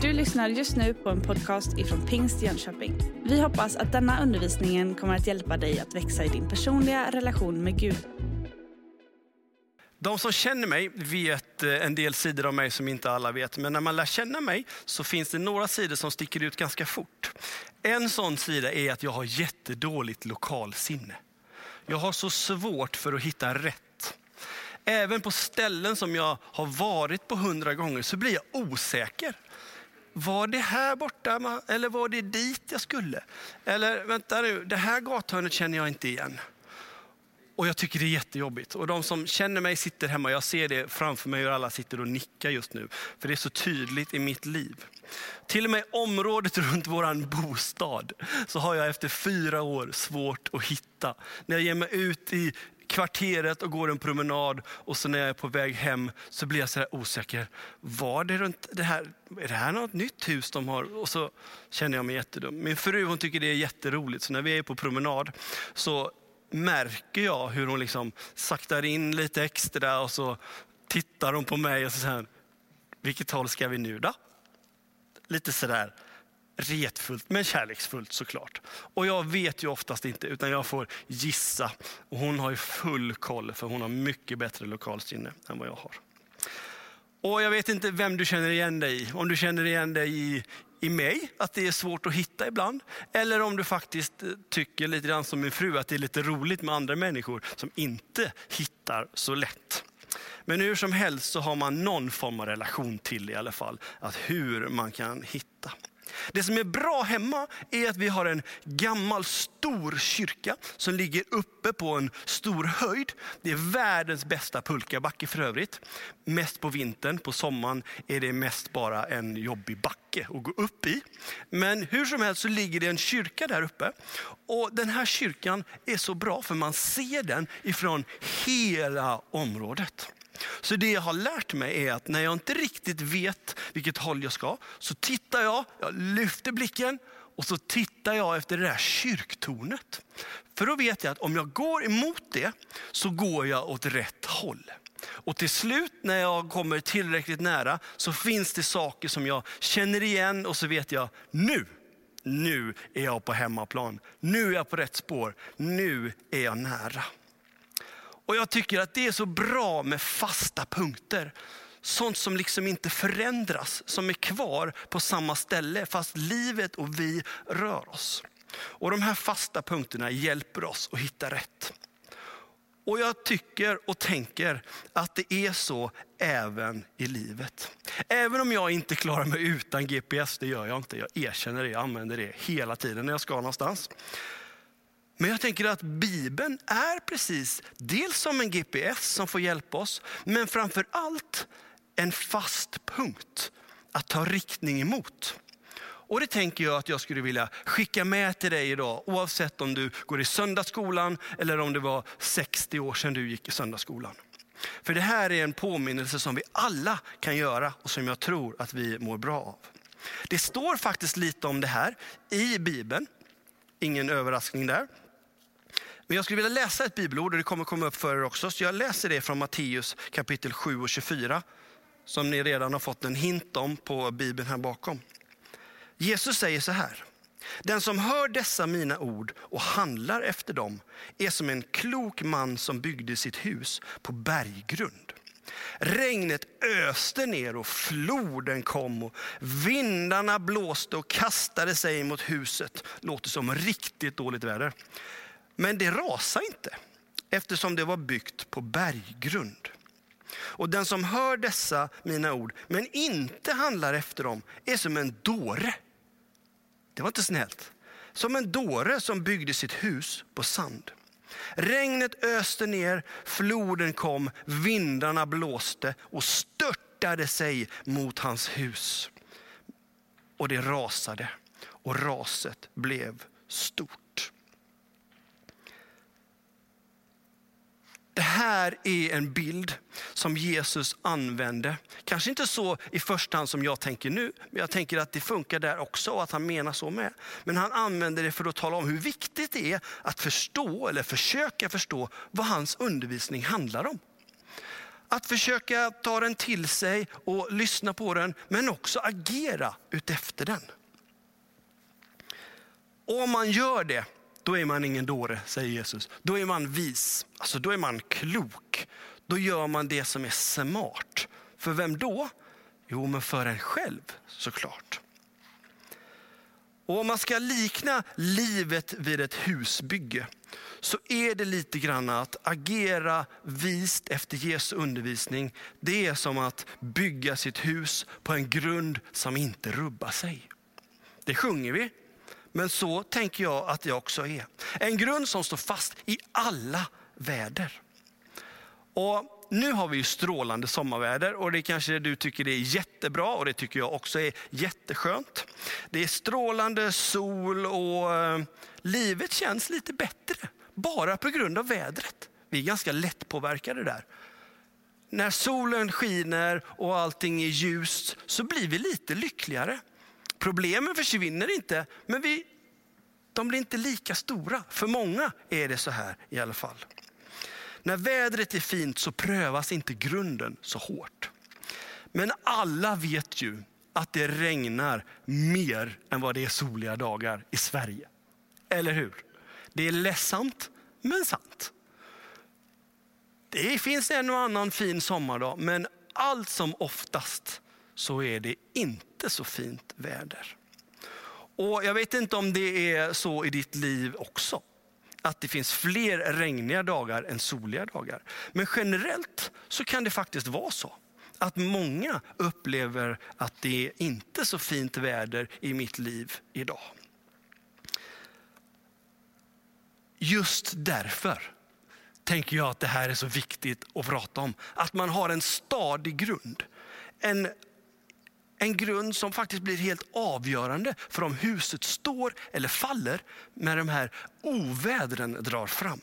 Du lyssnar just nu på en podcast ifrån Pingst Jönköping. Vi hoppas att denna undervisningen kommer att hjälpa dig att växa i din personliga relation med Gud. De som känner mig vet en del sidor av mig som inte alla vet. Men när man lär känna mig så finns det några sidor som sticker ut ganska fort. En sån sida är att jag har jättedåligt lokalsinne. Jag har så svårt för att hitta rätt. Även på ställen som jag har varit på 100 gånger så blir jag osäker. Var det här borta eller var det dit jag skulle? Eller vänta nu, det här gathörnet känner jag inte igen. Och jag tycker det är jättejobbigt. Och de som känner mig sitter hemma, jag ser det framför mig hur alla sitter och nickar just nu. För det är så tydligt i mitt liv. Till och med området runt våran bostad så har jag efter 4 år svårt att hitta. När jag ger mig ut i kvarteret och går en promenad och så när jag är på väg hem så blir jag så här osäker. Var det runt det här? Är det här något nytt hus de har? Och så känner jag mig jättedum. Min fru hon tycker det är jätteroligt så när vi är på promenad så märker jag hur hon liksom saktar in lite extra och så tittar hon på mig och så säger vilket håll ska vi nu då? Lite sådär retfullt men kärleksfullt såklart. Och jag vet ju oftast inte utan jag får gissa. Och hon har ju full koll för hon har mycket bättre lokalsinne än vad jag har. Och jag vet inte vem du känner igen dig i. Om du känner igen dig i mig, att det är svårt att hitta ibland. Eller om du faktiskt tycker lite grann som min fru att det är lite roligt med andra människor som inte hittar så lätt. Men hur som helst så har man någon form av relation till i alla fall. Att hur man kan hitta. Det som är bra hemma är att vi har en gammal stor kyrka som ligger uppe på en stor höjd. Det är världens bästa pulkabacke för övrigt. Mest på vintern, på sommaren är det mest bara en jobbig backe att gå upp i. Men hur som helst så ligger det en kyrka där uppe. Och den här kyrkan är så bra för man ser den ifrån hela området. Så det jag har lärt mig är att när jag inte riktigt vet vilket håll jag ska så tittar jag lyfter blicken och så tittar jag efter det där kyrktornet. För då vet jag att om jag går emot det så går jag åt rätt håll. Och till slut när jag kommer tillräckligt nära så finns det saker som jag känner igen och så vet jag nu är jag på hemmaplan. Nu är jag på rätt spår. Nu är jag nära. Och jag tycker att det är så bra med fasta punkter. Sånt som liksom inte förändras, som är kvar på samma ställe fast livet och vi rör oss. Och de här fasta punkterna hjälper oss att hitta rätt. Och jag tycker och tänker att det är så även i livet. Även om jag inte klarar mig utan GPS, det gör jag inte. Jag erkänner det, jag använder det hela tiden när jag ska någonstans. Men jag tänker att Bibeln är precis dels som en GPS som får hjälpa oss. Men framför allt en fast punkt att ta riktning emot. Och det tänker jag att jag skulle vilja skicka med till dig idag. Oavsett om du går i söndagsskolan eller om det var 60 år sedan du gick i söndagsskolan. För det här är en påminnelse som vi alla kan göra och som jag tror att vi mår bra av. Det står faktiskt lite om det här i Bibeln. Ingen överraskning där. Men jag skulle vilja läsa ett bibelord och det kommer komma upp för er också. Så jag läser det från Matteus kapitel 7 och 24. Som ni redan har fått en hint om på Bibeln här bakom. Jesus säger så här. Den som hör dessa mina ord och handlar efter dem är som en klok man som byggde sitt hus på berggrund. Regnet öste ner och floden kom och vindarna blåste och kastade sig mot huset. Låter som riktigt dåligt väder. Men det rasade inte eftersom det var byggt på berggrund. Och den som hör dessa mina ord men inte handlar efter dem är som en dåre. Det var inte snällt. Som en dåre som byggde sitt hus på sand. Regnet öste ner, floden kom, vindarna blåste och störtade sig mot hans hus. Och det rasade och raset blev stort. Det här är en bild som Jesus använde. Kanske inte så i första hand som jag tänker nu. Men jag tänker att det funkar där också och att han menar så med. Men han använder det för att tala om hur viktigt det är att förstå eller försöka förstå vad hans undervisning handlar om. Att försöka ta den till sig och lyssna på den, men också agera utefter den. Och om man gör det, då är man ingen dåre, säger Jesus. Då är man vis, alltså då är man klok. Då gör man det som är smart. För vem då? Jo, men för en själv såklart. Och om man ska likna livet vid ett husbygge, så är det lite grann att agera vist efter Jesu undervisning. Det är som att bygga sitt hus på en grund som inte rubbar sig. Det sjunger vi, men så tänker jag att det också är. En grund som står fast i alla väder. Och nu har vi ju strålande sommarväder och det kanske du tycker det är jättebra och det tycker jag också är jätteskönt. Det är strålande sol och livet känns lite bättre bara på grund av vädret. Vi är ganska lättpåverkade där. När solen skiner och allting är ljust så blir vi lite lyckligare. Problemen försvinner inte, men de blir inte lika stora. För många är det så här i alla fall. När vädret är fint så prövas inte grunden så hårt. Men alla vet ju att det regnar mer än vad det är soliga dagar i Sverige. Eller hur? Det är ledsamt, men sant. Det finns en och annan fin sommardag, men allt som oftast så är det inte så fint väder. Och jag vet inte om det är så i ditt liv också. Att det finns fler regniga dagar än soliga dagar. Men generellt så kan det faktiskt vara så. Att många upplever att det är inte så fint väder i mitt liv idag. Just därför tänker jag att det här är så viktigt att prata om. Att man har en stadig grund. En grund som faktiskt blir helt avgörande för om huset står eller faller när de här ovädren drar fram.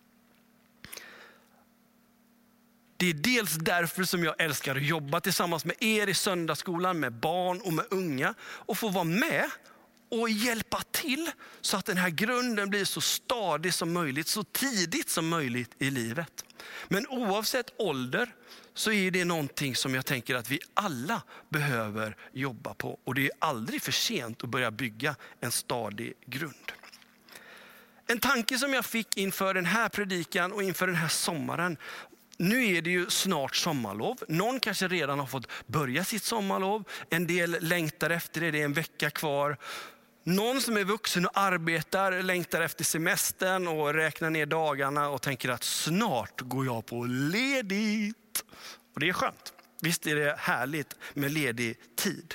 Det är dels därför som jag älskar att jobba tillsammans med er i söndagsskolan, med barn och med unga. Och få vara med och hjälpa till så att den här grunden blir så stadig som möjligt, så tidigt som möjligt i livet. Men oavsett ålder så är det någonting som jag tänker att vi alla behöver jobba på. Och det är aldrig för sent att börja bygga en stadig grund. En tanke som jag fick inför den här predikan och inför den här sommaren. Nu är det ju snart sommarlov. Någon kanske redan har fått börja sitt sommarlov. En del längtar efter det, det är en vecka kvar. Någon som är vuxen och arbetar längtar efter semestern och räknar ner dagarna och tänker att snart går jag på ledigt. Och det är skönt. Visst är det härligt med ledig tid.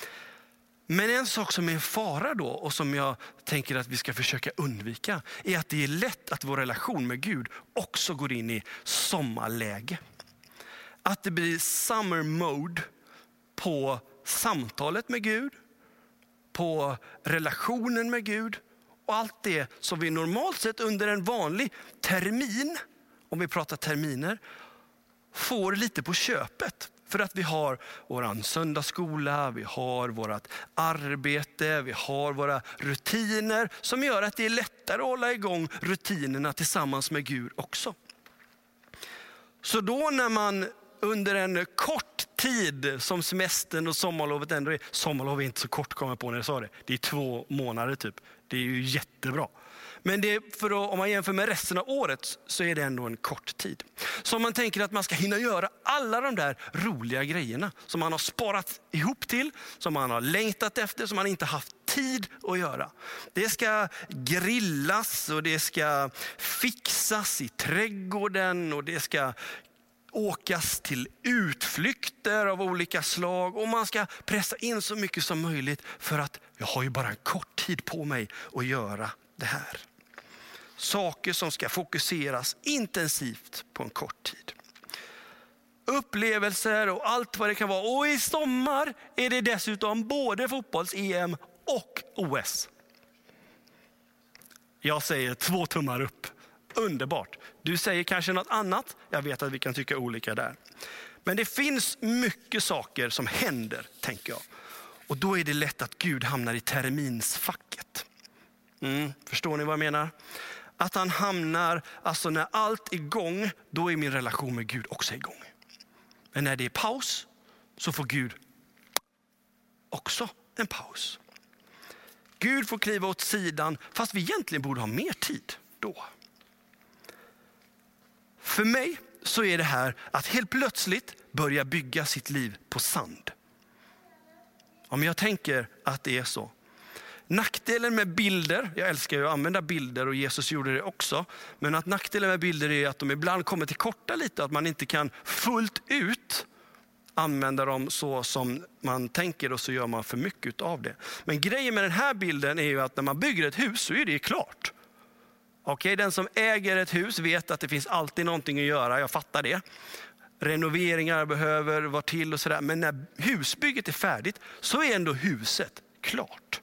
Men en sak som är en fara då och som jag tänker att vi ska försöka undvika är att det är lätt att vår relation med Gud också går in i sommarläge. Att det blir summer mode på samtalet med Gud, på relationen med Gud och allt det som vi normalt sett under en vanlig termin, om vi pratar terminer, får lite på köpet. För att vi har våran söndagsskola, vi har vårat arbete, vi har våra rutiner som gör att det är lättare att hålla igång rutinerna tillsammans med Gud också. Så då när man under en kort tid som semestern och sommarlovet ändå är, sommarlov är inte så kort, kommer jag på när jag sa det. Det är 2 månader typ. Det är ju jättebra. Men det är om man jämför med resten av året så är det ändå en kort tid. Så om man tänker att man ska hinna göra alla de där roliga grejerna som man har sparat ihop till, som man har längtat efter, som man inte haft tid att göra. Det ska grillas och det ska fixas i trädgården och det ska åkas till utflykter av olika slag och man ska pressa in så mycket som möjligt för att jag har ju bara en kort tid på mig att göra det här. Saker som ska fokuseras intensivt på en kort tid. Upplevelser och allt vad det kan vara. Och i sommar är det dessutom både fotbolls-EM och OS. Jag säger 2 tummar upp. Underbart. Du säger kanske något annat. Jag vet att vi kan tycka olika där. Men det finns mycket saker som händer, tänker jag. Och då är det lätt att Gud hamnar i terminsfacket. Förstår ni vad jag menar? Att han hamnar, alltså när allt är igång, då är min relation med Gud också igång. Men när det är paus så får Gud också en paus. Gud får kliva åt sidan fast vi egentligen borde ha mer tid då. För mig så är det här att helt plötsligt börja bygga sitt liv på sand. Om jag tänker att det är så. Nackdelen med bilder, jag älskar ju att använda bilder och Jesus gjorde det också. Men att nackdelen med bilder är att de ibland kommer till korta lite. Att man inte kan fullt ut använda dem så som man tänker och så gör man för mycket av det. Men grejen med den här bilden är ju att när man bygger ett hus så är det klart. Okej, den som äger ett hus vet att det finns alltid någonting att göra, jag fattar det. Renoveringar behöver vara till och sådär. Men när husbygget är färdigt så är ändå huset klart.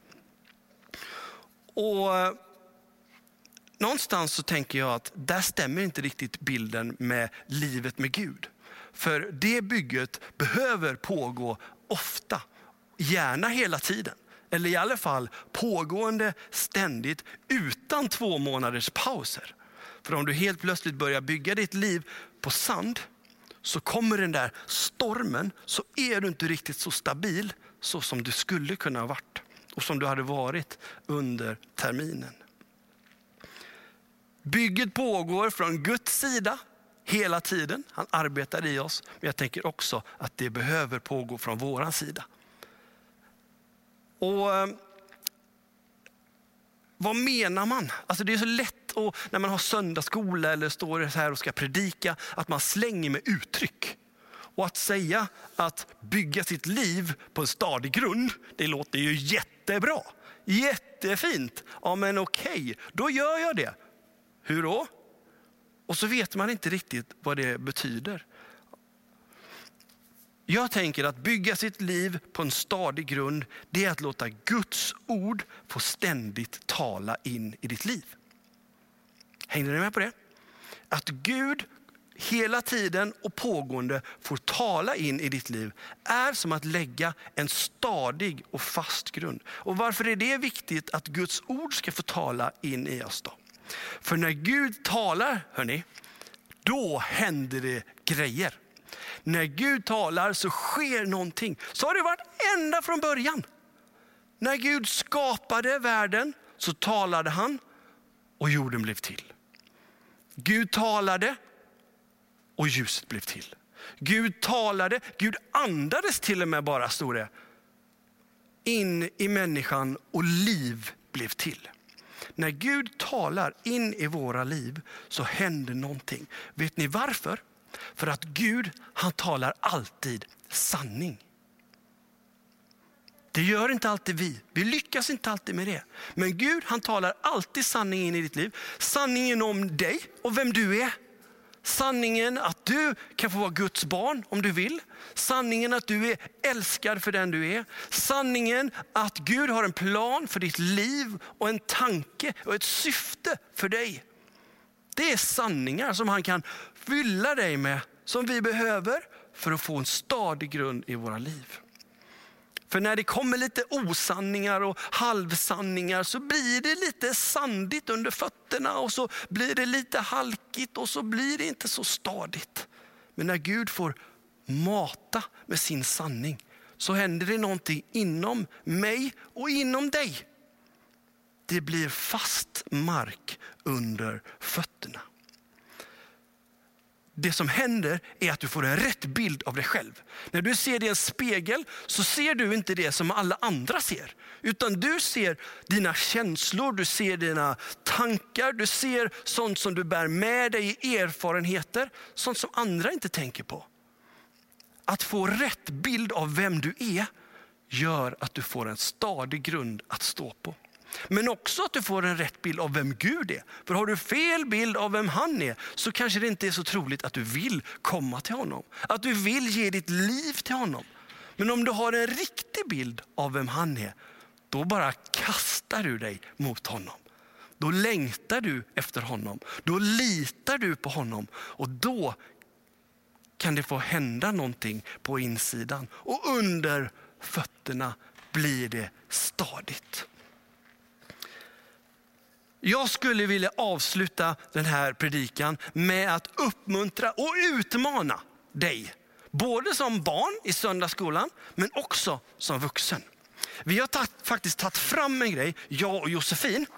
Och någonstans så tänker jag att där stämmer inte riktigt bilden med livet med Gud. För det bygget behöver pågå ofta, gärna hela tiden. Eller i alla fall pågående ständigt utan 2 månaders pauser. För om du helt plötsligt börjar bygga ditt liv på sand så kommer den där stormen, så är du inte riktigt så stabil så som du skulle kunna ha varit. Och som du hade varit under terminen. Bygget pågår från Guds sida hela tiden. Han arbetar i oss. Men jag tänker också att det behöver pågå från våran sida. Och vad menar man? Alltså det är så lätt att, när man har söndagsskola eller står här och ska predika, att man slänger med uttryck. Och att säga att bygga sitt liv på en stadig grund, det låter ju jättebra. Jättefint. Ja men okej, då gör jag det. Hur då? Och så vet man inte riktigt vad det betyder. Jag tänker att bygga sitt liv på en stadig grund, det är att låta Guds ord få ständigt tala in i ditt liv. Hängde ni med på det? Att Gud hela tiden och pågående får tala in i ditt liv är som att lägga en stadig och fast grund. Och varför är det viktigt att Guds ord ska få tala in i oss då? För när Gud talar, hörni, då händer det grejer. När Gud talar så sker någonting. Så har det varit ända från början. När Gud skapade världen så talade han och jorden blev till. Gud talade och ljuset blev till. Gud talade, Gud andades till och med bara, stod det, in i människan och liv blev till. När Gud talar in i våra liv så händer någonting. Vet ni varför? För att Gud, han talar alltid sanning. Det gör inte alltid vi. Vi lyckas inte alltid med det. Men Gud, han talar alltid sanning in i ditt liv. Sanningen om dig och vem du är. Sanningen att du kan få vara Guds barn om du vill. Sanningen att du är älskad för den du är. Sanningen att Gud har en plan för ditt liv och en tanke och ett syfte för dig. Det är sanningar som han kan fylla dig med, som vi behöver för att få en stadig grund i våra liv. För när det kommer lite osanningar och halvsanningar så blir det lite sandigt under fötterna och så blir det lite halkigt och så blir det inte så stadigt. Men när Gud får mata med sin sanning så händer det någonting inom mig och inom dig. Det blir fast mark under fötterna. Det som händer är att du får en rätt bild av dig själv. När du ser det i en spegel så ser du inte det som alla andra ser. Utan du ser dina känslor, du ser dina tankar, du ser sånt som du bär med dig i erfarenheter. Sånt som andra inte tänker på. Att få rätt bild av vem du är gör att du får en stadig grund att stå på. Men också att du får en rätt bild av vem Gud är. För har du fel bild av vem han är så kanske det inte är så troligt att du vill komma till honom. Att du vill ge ditt liv till honom. Men om du har en riktig bild av vem han är, då bara kastar du dig mot honom. Då längtar du efter honom. Då litar du på honom. Och då kan det få hända någonting på insidan. Och under fötterna blir det stadigt. Jag skulle vilja avsluta den här predikan med att uppmuntra och utmana dig. Både som barn i söndagsskolan, men också som vuxen. Vi har faktiskt tagit fram en grej, jag och Josefin.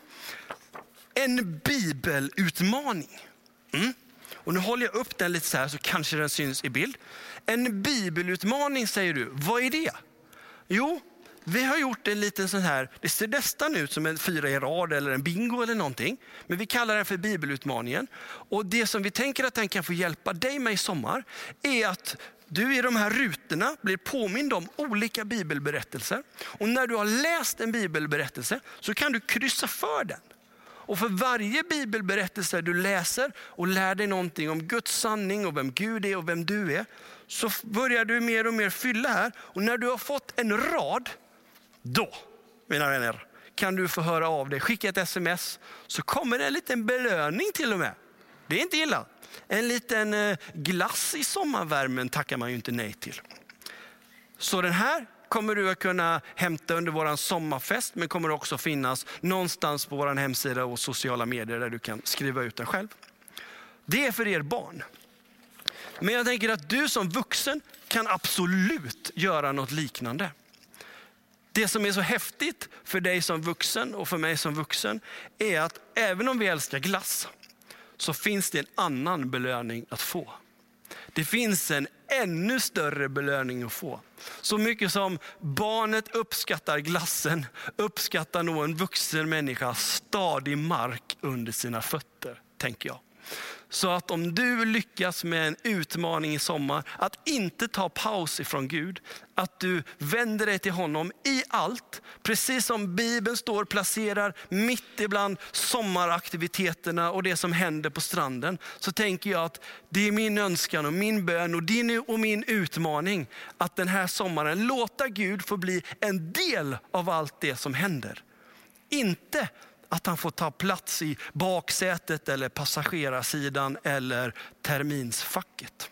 En bibelutmaning. Och nu håller jag upp den lite så här så kanske den syns i bild. En bibelutmaning säger du, vad är det? Jo, vi har gjort en liten sån här, det ser nästan ut som en 4 i rad eller en bingo eller någonting. Men vi kallar den för bibelutmaningen. Och det som vi tänker att den kan få hjälpa dig med i sommar är att du i de här rutorna blir påmind om olika bibelberättelser. Och när du har läst en bibelberättelse så kan du kryssa för den. Och för varje bibelberättelse du läser och lär dig någonting om Guds sanning och vem Gud är och vem du är, så börjar du mer och mer fylla här. Och när du har fått en rad, då, mina vänner, kan du få höra av dig. Skicka ett sms så kommer det en liten belöning till och med. Det är inte illa. En liten glass i sommarvärmen tackar man ju inte nej till. Så den här kommer du att kunna hämta under våran sommarfest, men kommer också finnas någonstans på våran hemsida och sociala medier där du kan skriva ut den själv. Det är för er barn. Men jag tänker att du som vuxen kan absolut göra något liknande. Det som är så häftigt för dig som vuxen och för mig som vuxen är att även om vi älskar glass så finns det en annan belöning att få. Det finns en ännu större belöning att få. Så mycket som barnet uppskattar glassen, uppskattar nog en vuxen människa stadig mark under sina fötter, tänker jag. Så att om du lyckas med en utmaning i sommar, att inte ta paus ifrån Gud, att du vänder dig till honom i allt, precis som Bibeln står placerad mitt ibland sommaraktiviteterna och det som händer på stranden, så tänker jag att det är min önskan och min bön och din och min utmaning att den här sommaren låta Gud få bli en del av allt det som händer. Inte att han får ta plats i baksätet eller passagerarsidan eller terminsfacket.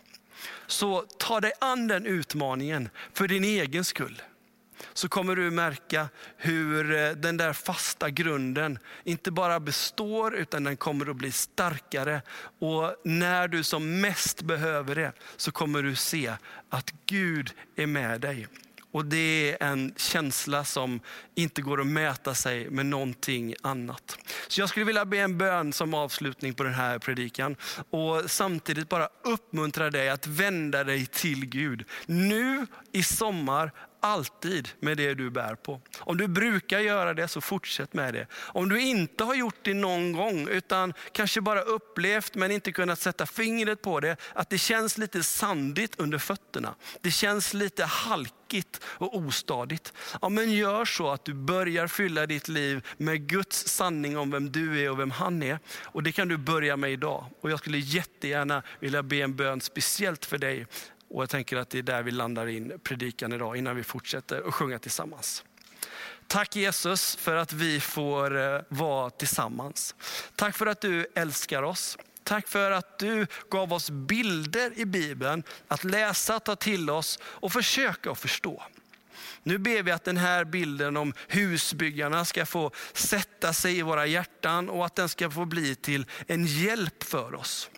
Så ta dig an den utmaningen för din egen skull. Så kommer du märka hur den där fasta grunden inte bara består utan den kommer att bli starkare. Och när du som mest behöver det så kommer du se att Gud är med dig. Och det är en känsla som inte går att mäta sig med någonting annat. Så jag skulle vilja be en bön som avslutning på den här predikan. Och samtidigt bara uppmuntra dig att vända dig till Gud. Nu i sommar, alltid med det du bär på. Om du brukar göra det så fortsätt med det. Om du inte har gjort det någon gång utan kanske bara upplevt men inte kunnat sätta fingret på det. Att det känns lite sandigt under fötterna. Det känns lite halkigt och ostadigt. Ja, men gör så att du börjar fylla ditt liv med Guds sanning om vem du är och vem han är. Och det kan du börja med idag. Och jag skulle jättegärna vilja be en bön speciellt för dig. Och jag tänker att det är där vi landar in predikan idag innan vi fortsätter att sjunga tillsammans. Tack Jesus för att vi får vara tillsammans. Tack för att du älskar oss. Tack för att du gav oss bilder i Bibeln att läsa, ta till oss och försöka att förstå. Nu ber vi att den här bilden om husbyggarna ska få sätta sig i våra hjärtan och att den ska få bli till en hjälp för oss.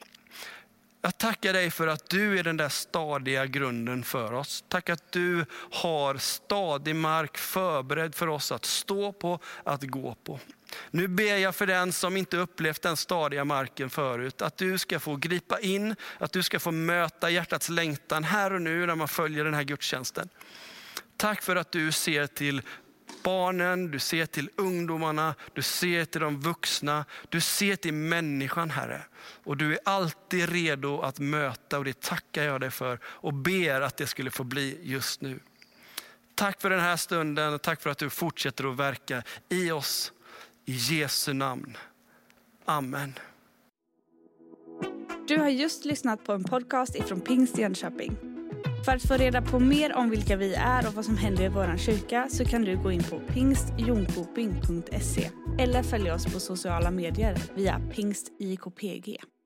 Jag tackar dig för att du är den där stadiga grunden för oss. Tack att du har stadig mark förberedd för oss att stå på, att gå på. Nu ber jag för den som inte upplevt den stadiga marken förut. Att du ska få gripa in, att du ska få möta hjärtats längtan här och nu när man följer den här gudstjänsten. Tack för att du ser till barnen, du ser till ungdomarna, du ser till de vuxna, du ser till människan, Herre. Och du är alltid redo att möta och det tackar jag dig för och ber att det skulle få bli just nu. Tack för den här stunden och tack för att du fortsätter att verka i oss. I Jesu namn. Amen. Du har just lyssnat på en podcast ifrån Pingst Jönköping. För att få reda på mer om vilka vi är och vad som händer i vår kyrka så kan du gå in på pingstjonkoping.se eller följa oss på sociala medier via pingstjkpg.